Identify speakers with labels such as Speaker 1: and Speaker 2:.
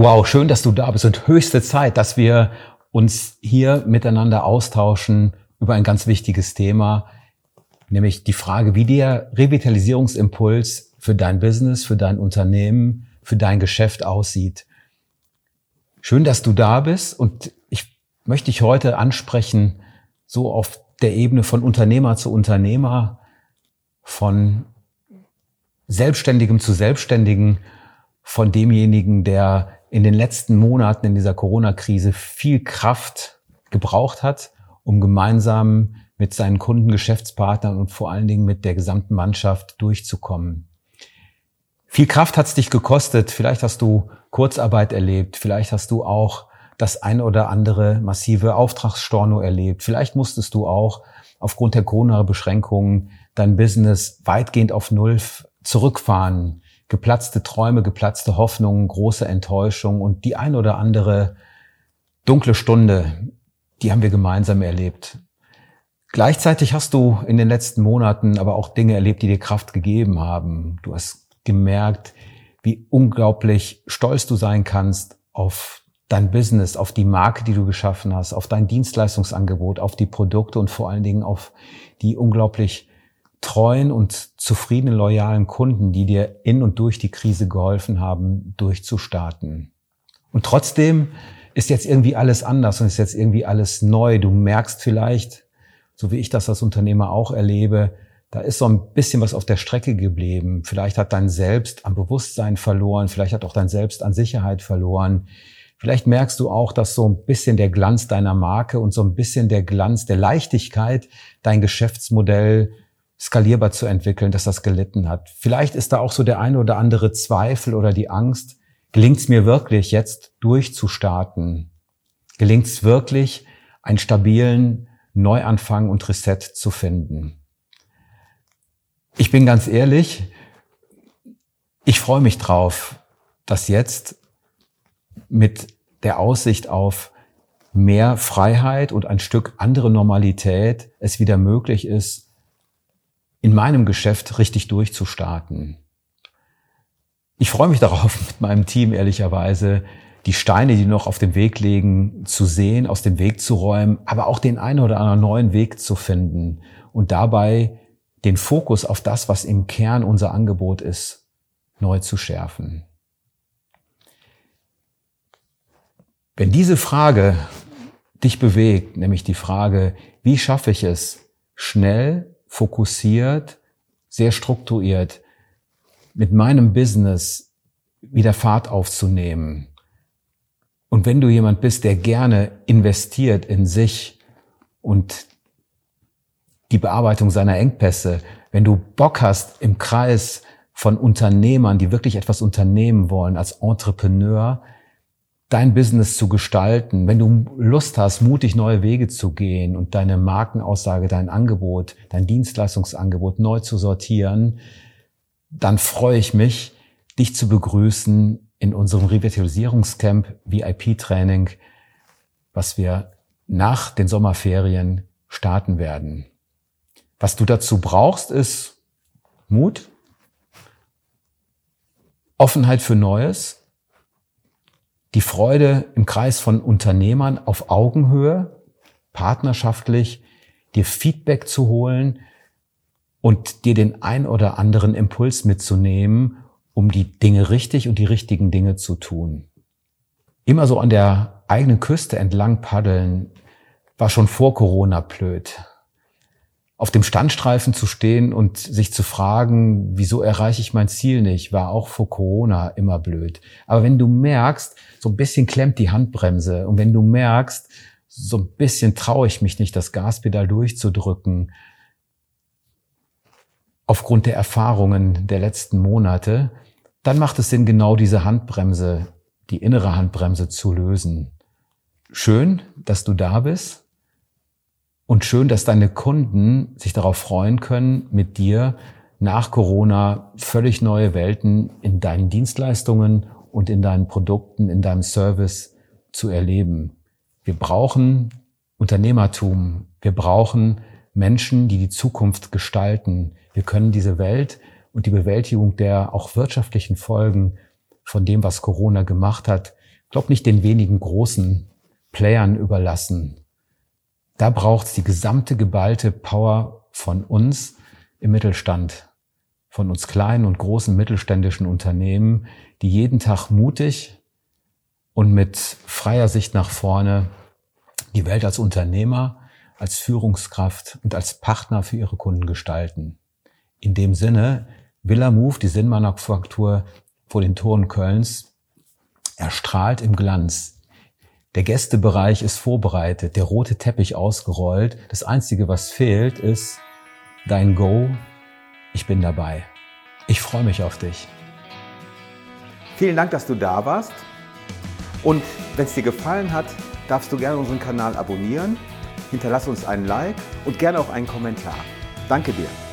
Speaker 1: Wow, schön, dass du da bist und höchste Zeit, dass wir uns hier miteinander austauschen über ein ganz wichtiges Thema, nämlich die Frage, wie der Revitalisierungsimpuls für dein Business, für dein Unternehmen, für dein Geschäft aussieht. Schön, dass du da bist und ich möchte dich heute ansprechen, so auf der Ebene von Unternehmer zu Unternehmer, von Selbstständigem zu Selbstständigen, von demjenigen, der in den letzten Monaten in dieser Corona-Krise viel Kraft gebraucht hat, um gemeinsam mit seinen Kunden, Geschäftspartnern und vor allen Dingen mit der gesamten Mannschaft durchzukommen. Viel Kraft hat es dich gekostet. Vielleicht hast du Kurzarbeit erlebt. Vielleicht hast du auch das ein oder andere massive Auftragsstorno erlebt. Vielleicht musstest du auch aufgrund der Corona-Beschränkungen dein Business weitgehend auf Null zurückfahren. Geplatzte Träume, geplatzte Hoffnungen, große Enttäuschung und die ein oder andere dunkle Stunde, die haben wir gemeinsam erlebt. Gleichzeitig hast du in den letzten Monaten aber auch Dinge erlebt, die dir Kraft gegeben haben. Du hast gemerkt, wie unglaublich stolz du sein kannst auf dein Business, auf die Marke, die du geschaffen hast, auf dein Dienstleistungsangebot, auf die Produkte und vor allen Dingen auf die unglaublich treuen und zufriedenen, loyalen Kunden, die dir in und durch die Krise geholfen haben, durchzustarten. Und trotzdem ist jetzt irgendwie alles anders und ist jetzt irgendwie alles neu. Du merkst vielleicht, so wie ich das als Unternehmer auch erlebe, da ist so ein bisschen was auf der Strecke geblieben. Vielleicht hat dein Selbst an Bewusstsein verloren, vielleicht hat auch dein Selbst an Sicherheit verloren. Vielleicht merkst du auch, dass so ein bisschen der Glanz deiner Marke und so ein bisschen der Glanz der Leichtigkeit dein Geschäftsmodell skalierbar zu entwickeln, dass das gelitten hat. Vielleicht ist da auch so der eine oder andere Zweifel oder die Angst, gelingt es mir wirklich, jetzt durchzustarten? Gelingt es wirklich, einen stabilen Neuanfang und Reset zu finden? Ich bin ganz ehrlich, ich freue mich drauf, dass jetzt mit der Aussicht auf mehr Freiheit und ein Stück andere Normalität es wieder möglich ist, in meinem Geschäft richtig durchzustarten. Ich freue mich darauf, mit meinem Team ehrlicherweise die Steine, die noch auf dem Weg liegen, zu sehen, aus dem Weg zu räumen, aber auch den einen oder anderen neuen Weg zu finden und dabei den Fokus auf das, was im Kern unser Angebot ist, neu zu schärfen. Wenn diese Frage dich bewegt, nämlich die Frage, wie schaffe ich es, schnell, fokussiert, sehr strukturiert mit meinem Business wieder Fahrt aufzunehmen. Und wenn du jemand bist, der gerne investiert in sich und die Bearbeitung seiner Engpässe, wenn du Bock hast im Kreis von Unternehmern, die wirklich etwas unternehmen wollen, als Entrepreneur, dein Business zu gestalten, wenn du Lust hast, mutig neue Wege zu gehen und deine Markenaussage, dein Angebot, dein Dienstleistungsangebot neu zu sortieren, dann freue ich mich, dich zu begrüßen in unserem Revitalisierungscamp VIP-Training, was wir nach den Sommerferien starten werden. Was du dazu brauchst, ist Mut, Offenheit für Neues, die Freude im Kreis von Unternehmern auf Augenhöhe, partnerschaftlich, dir Feedback zu holen und dir den ein oder anderen Impuls mitzunehmen, um die Dinge richtig und die richtigen Dinge zu tun. Immer so an der eigenen Küste entlang paddeln war schon vor Corona blöd. Auf dem Standstreifen zu stehen und sich zu fragen, wieso erreiche ich mein Ziel nicht, war auch vor Corona immer blöd. Aber wenn du merkst, so ein bisschen klemmt die Handbremse und wenn du merkst, so ein bisschen traue ich mich nicht, das Gaspedal durchzudrücken, aufgrund der Erfahrungen der letzten Monate, dann macht es Sinn, genau diese Handbremse, die innere Handbremse zu lösen. Schön, dass du da bist. Und schön, dass deine Kunden sich darauf freuen können, mit dir nach Corona völlig neue Welten in deinen Dienstleistungen und in deinen Produkten, in deinem Service zu erleben. Wir brauchen Unternehmertum. Wir brauchen Menschen, die die Zukunft gestalten. Wir können diese Welt und die Bewältigung der auch wirtschaftlichen Folgen von dem, was Corona gemacht hat, glaube nicht den wenigen großen Playern überlassen. Da braucht es die gesamte geballte Power von uns im Mittelstand, von uns kleinen und großen mittelständischen Unternehmen, die jeden Tag mutig und mit freier Sicht nach vorne die Welt als Unternehmer, als Führungskraft und als Partner für ihre Kunden gestalten. In dem Sinne, Villa Move, die Sinnmanufaktur vor den Toren Kölns, erstrahlt im Glanz. Der Gästebereich ist vorbereitet, der rote Teppich ausgerollt. Das Einzige, was fehlt, ist dein Go. Ich bin dabei. Ich freue mich auf dich.
Speaker 2: Vielen Dank, dass du da warst. Und wenn es dir gefallen hat, darfst du gerne unseren Kanal abonnieren. Hinterlass uns einen Like und gerne auch einen Kommentar. Danke dir.